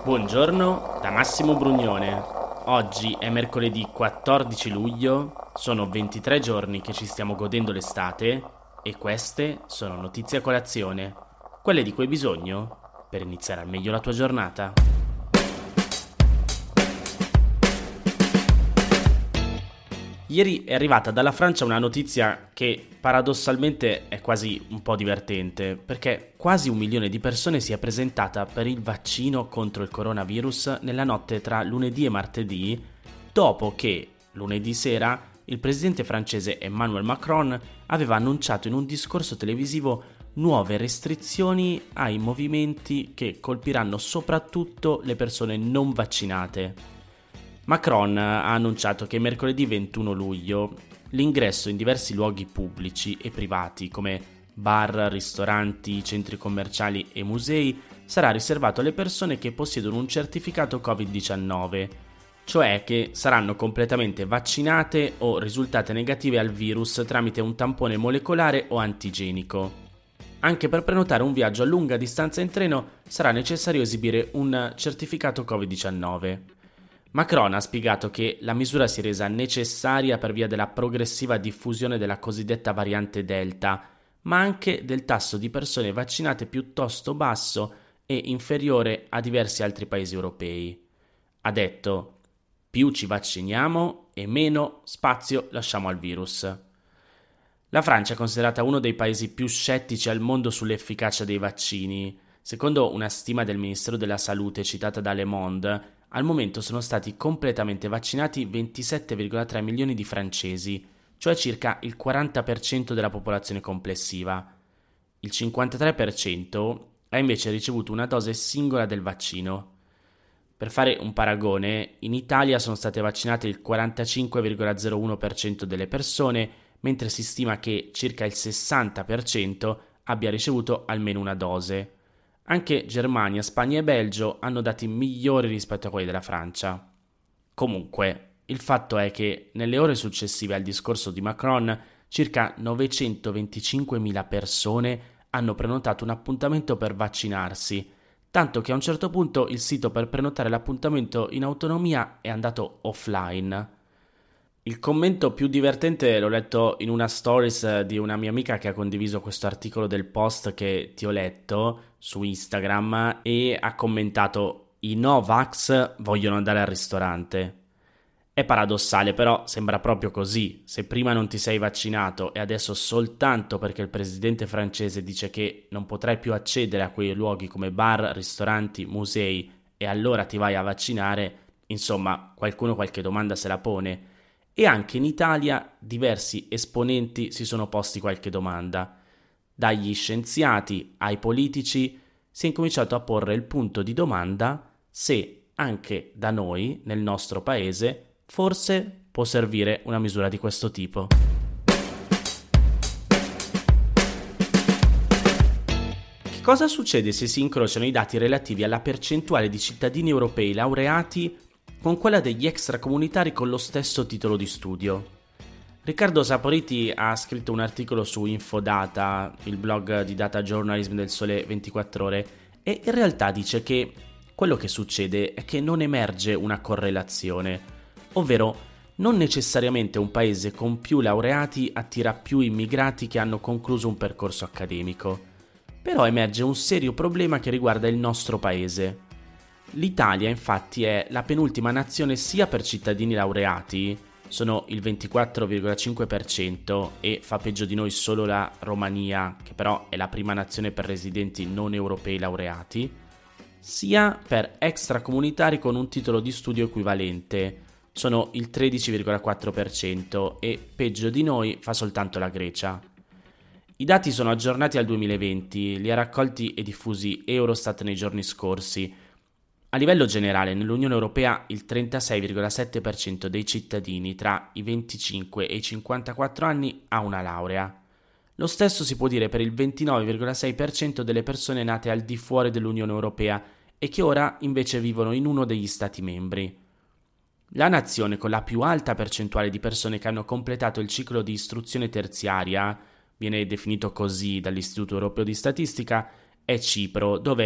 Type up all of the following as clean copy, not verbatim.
Buongiorno da Massimo Brugnone. Oggi è mercoledì 14 luglio, sono 23 giorni che ci stiamo godendo l'estate e queste sono notizie a colazione, quelle di cui hai bisogno per iniziare al meglio la tua giornata. Ieri è arrivata dalla Francia una notizia che paradossalmente è quasi un po' divertente, perché quasi 1 milione di persone si è presentata per il vaccino contro il coronavirus nella notte tra lunedì e martedì, dopo che lunedì sera il presidente francese Emmanuel Macron aveva annunciato in un discorso televisivo nuove restrizioni ai movimenti che colpiranno soprattutto le persone non vaccinate. Macron ha annunciato che mercoledì 21 luglio l'ingresso in diversi luoghi pubblici e privati come bar, ristoranti, centri commerciali e musei sarà riservato alle persone che possiedono un certificato Covid-19, cioè che saranno completamente vaccinate o risultate negative al virus tramite un tampone molecolare o antigenico. Anche per prenotare un viaggio a lunga distanza in treno sarà necessario esibire un certificato Covid-19. Macron ha spiegato che la misura si è resa necessaria per via della progressiva diffusione della cosiddetta variante Delta, ma anche del tasso di persone vaccinate piuttosto basso e inferiore a diversi altri paesi europei. Ha detto: più ci vacciniamo e meno spazio lasciamo al virus. La Francia è considerata uno dei paesi più scettici al mondo sull'efficacia dei vaccini. Secondo una stima del Ministero della Salute citata da Le Monde, al momento sono stati completamente vaccinati 27,3 milioni di francesi, cioè circa il 40% della popolazione complessiva. Il 53% ha invece ricevuto una dose singola del vaccino. Per fare un paragone, in Italia sono state vaccinate il 45,01% delle persone, mentre si stima che circa il 60% abbia ricevuto almeno una dose. Anche Germania, Spagna e Belgio hanno dati migliori rispetto a quelli della Francia. Comunque, il fatto è che nelle ore successive al discorso di Macron, circa 925.000 persone hanno prenotato un appuntamento per vaccinarsi, tanto che a un certo punto il sito per prenotare l'appuntamento in autonomia è andato offline. Il commento più divertente l'ho letto in una stories di una mia amica che ha condiviso questo articolo del post che ti ho letto su Instagram e ha commentato: i Novax vogliono andare al ristorante. È paradossale, però sembra proprio così. Se prima non ti sei vaccinato e adesso soltanto perché il presidente francese dice che non potrai più accedere a quei luoghi come bar, ristoranti, musei e allora ti vai a vaccinare, insomma, qualcuno qualche domanda se la pone. E anche in Italia diversi esponenti si sono posti qualche domanda. Dagli scienziati ai politici si è incominciato a porre il punto di domanda se anche da noi, nel nostro paese, forse può servire una misura di questo tipo. Che cosa succede se si incrociano i dati relativi alla percentuale di cittadini europei laureati con quella degli extracomunitari con lo stesso titolo di studio? Riccardo Saporiti ha scritto un articolo su Infodata, il blog di data journalism del Sole 24 Ore, e in realtà dice che quello che succede è che non emerge una correlazione, ovvero non necessariamente un paese con più laureati attira più immigrati che hanno concluso un percorso accademico. Però emerge un serio problema che riguarda il nostro paese. L'Italia infatti è la penultima nazione sia per cittadini laureati, sono il 24,5% e fa peggio di noi solo la Romania, che però è la prima nazione per residenti non europei laureati, sia per extracomunitari con un titolo di studio equivalente, sono il 13,4% e peggio di noi fa soltanto la Grecia. I dati sono aggiornati al 2020, li ha raccolti e diffusi Eurostat nei giorni scorsi. A livello generale, nell'Unione Europea il 36,7% dei cittadini tra i 25 e i 54 anni ha una laurea. Lo stesso si può dire per il 29,6% delle persone nate al di fuori dell'Unione Europea e che ora invece vivono in uno degli Stati membri. La nazione con la più alta percentuale di persone che hanno completato il ciclo di istruzione terziaria, viene definito così dall'Istituto Europeo di Statistica, è Cipro, dove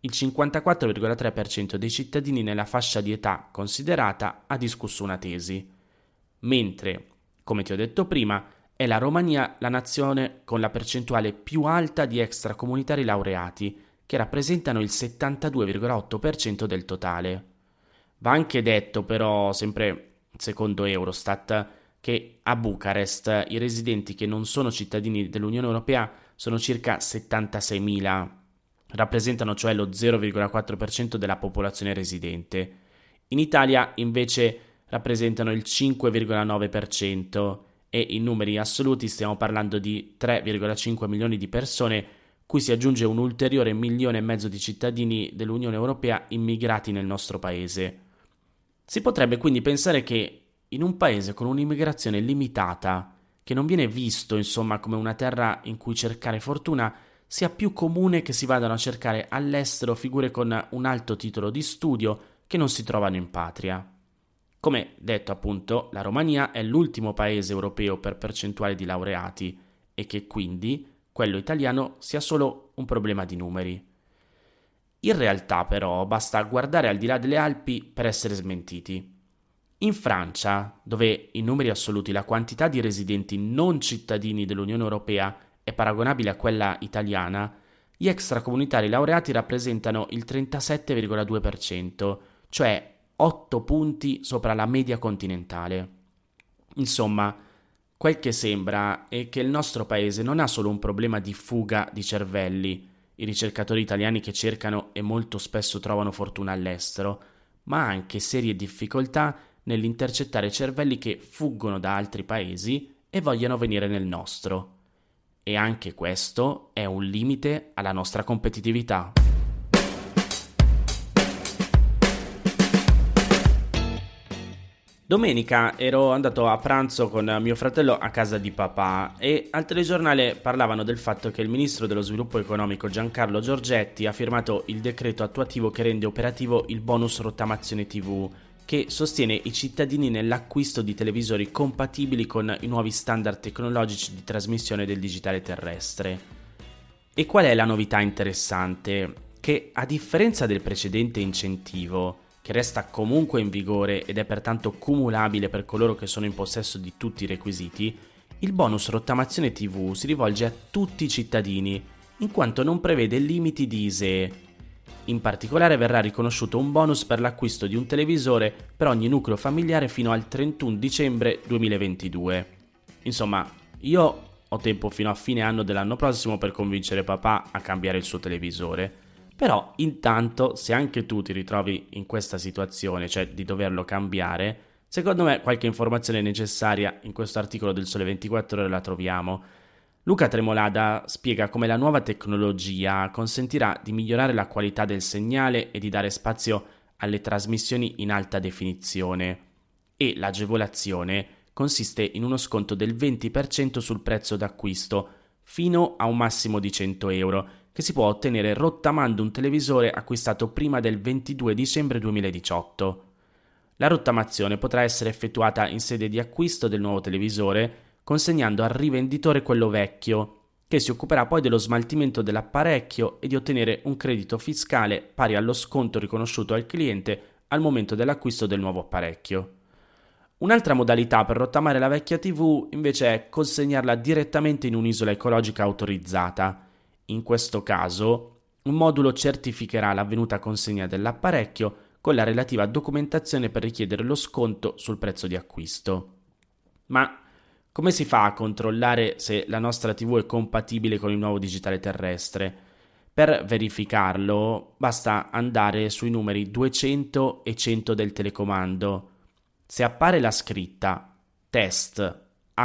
il 54,3% dei cittadini nella fascia di età considerata ha discusso una tesi, mentre, come ti ho detto prima, è la Romania la nazione con la percentuale più alta di extracomunitari laureati, che rappresentano il 72,8% del totale. Va anche detto però, sempre secondo Eurostat, che a Bucarest i residenti che non sono cittadini dell'Unione Europea sono circa 76.000, rappresentano cioè lo 0,4% della popolazione residente. In Italia invece rappresentano il 5,9% e in numeri assoluti stiamo parlando di 3,5 milioni di persone, cui si aggiunge un ulteriore 1,5 milioni di cittadini dell'Unione Europea immigrati nel nostro paese. Si potrebbe quindi pensare che in un paese con un'immigrazione limitata, che non viene visto insomma come una terra in cui cercare fortuna, sia più comune che si vadano a cercare all'estero figure con un alto titolo di studio che non si trovano in patria. Come detto appunto, la Romania è l'ultimo paese europeo per percentuale di laureati e che quindi quello italiano sia solo un problema di numeri. In realtà però basta guardare al di là delle Alpi per essere smentiti. In Francia, dove in numeri assoluti la quantità di residenti non cittadini dell'Unione Europea è paragonabile a quella italiana, gli extracomunitari laureati rappresentano il 37,2%, cioè 8 punti sopra la media continentale. Insomma, quel che sembra è che il nostro paese non ha solo un problema di fuga di cervelli, i ricercatori italiani che cercano e molto spesso trovano fortuna all'estero, ma anche serie difficoltà nell'intercettare cervelli che fuggono da altri paesi e vogliono venire nel nostro. E anche questo è un limite alla nostra competitività. Domenica ero andato a pranzo con mio fratello a casa di papà e al telegiornale parlavano del fatto che il ministro dello sviluppo economico Giancarlo Giorgetti ha firmato il decreto attuativo che rende operativo il bonus rottamazione TV, che sostiene i cittadini nell'acquisto di televisori compatibili con i nuovi standard tecnologici di trasmissione del digitale terrestre. E qual è la novità interessante? Che a differenza del precedente incentivo, che resta comunque in vigore ed è pertanto cumulabile per coloro che sono in possesso di tutti i requisiti, il bonus rottamazione TV si rivolge a tutti i cittadini, in quanto non prevede limiti di ISEE. In particolare verrà riconosciuto un bonus per l'acquisto di un televisore per ogni nucleo familiare fino al 31 dicembre 2022. Insomma, io ho tempo fino a fine anno dell'anno prossimo per convincere papà a cambiare il suo televisore. Però intanto, se anche tu ti ritrovi in questa situazione, cioè di doverlo cambiare, secondo me qualche informazione necessaria in questo articolo del Sole 24 Ore la troviamo. Luca Tremolada spiega come la nuova tecnologia consentirà di migliorare la qualità del segnale e di dare spazio alle trasmissioni in alta definizione. E l'agevolazione consiste in uno sconto del 20% sul prezzo d'acquisto, fino a un massimo di 100 euro, che si può ottenere rottamando un televisore acquistato prima del 22 dicembre 2018. La rottamazione potrà essere effettuata in sede di acquisto del nuovo televisore, consegnando al rivenditore quello vecchio, che si occuperà poi dello smaltimento dell'apparecchio e di ottenere un credito fiscale pari allo sconto riconosciuto al cliente al momento dell'acquisto del nuovo apparecchio. Un'altra modalità per rottamare la vecchia TV invece è consegnarla direttamente in un'isola ecologica autorizzata. In questo caso, un modulo certificherà l'avvenuta consegna dell'apparecchio con la relativa documentazione per richiedere lo sconto sul prezzo di acquisto. Ma come si fa a controllare se la nostra TV è compatibile con il nuovo digitale terrestre? Per verificarlo basta andare sui numeri 200 e 100 del telecomando. Se appare la scritta test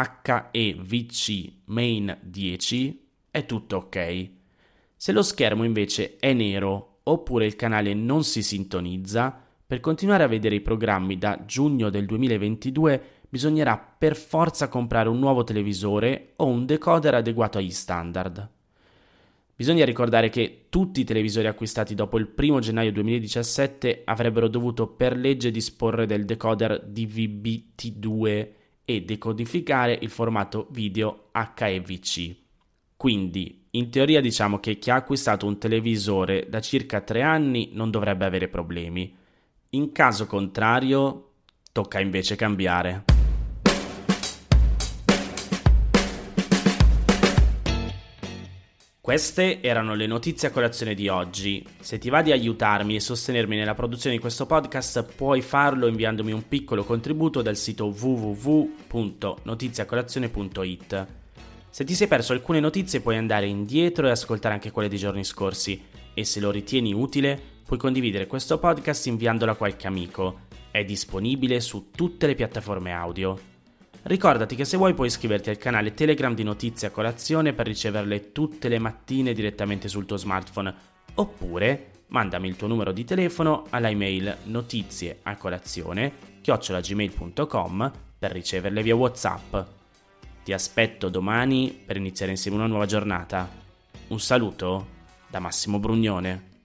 HEVC main 10 è tutto ok. Se lo schermo invece è nero oppure il canale non si sintonizza, per continuare a vedere i programmi da giugno del 2022 bisognerà per forza comprare un nuovo televisore o un decoder adeguato agli standard. Bisogna ricordare che tutti i televisori acquistati dopo il 1 gennaio 2017 avrebbero dovuto per legge disporre del decoder DVB-T2 e decodificare il formato video HEVC. Quindi, in teoria diciamo che chi ha acquistato un televisore da circa 3 anni non dovrebbe avere problemi. In caso contrario, tocca invece cambiare. Queste erano le notizie a colazione di oggi. Se ti va di aiutarmi e sostenermi nella produzione di questo podcast, puoi farlo inviandomi un piccolo contributo dal sito www.notiziacolazione.it. Se ti sei perso alcune notizie puoi andare indietro e ascoltare anche quelle dei giorni scorsi, e se lo ritieni utile puoi condividere questo podcast inviandolo a qualche amico. È disponibile su tutte le piattaforme audio. Ricordati che se vuoi puoi iscriverti al canale Telegram di Notizie a Colazione per riceverle tutte le mattine direttamente sul tuo smartphone, oppure mandami il tuo numero di telefono alla email notizieacolazione@gmail.com per riceverle via WhatsApp. Ti aspetto domani per iniziare insieme una nuova giornata. Un saluto da Massimo Brugnone.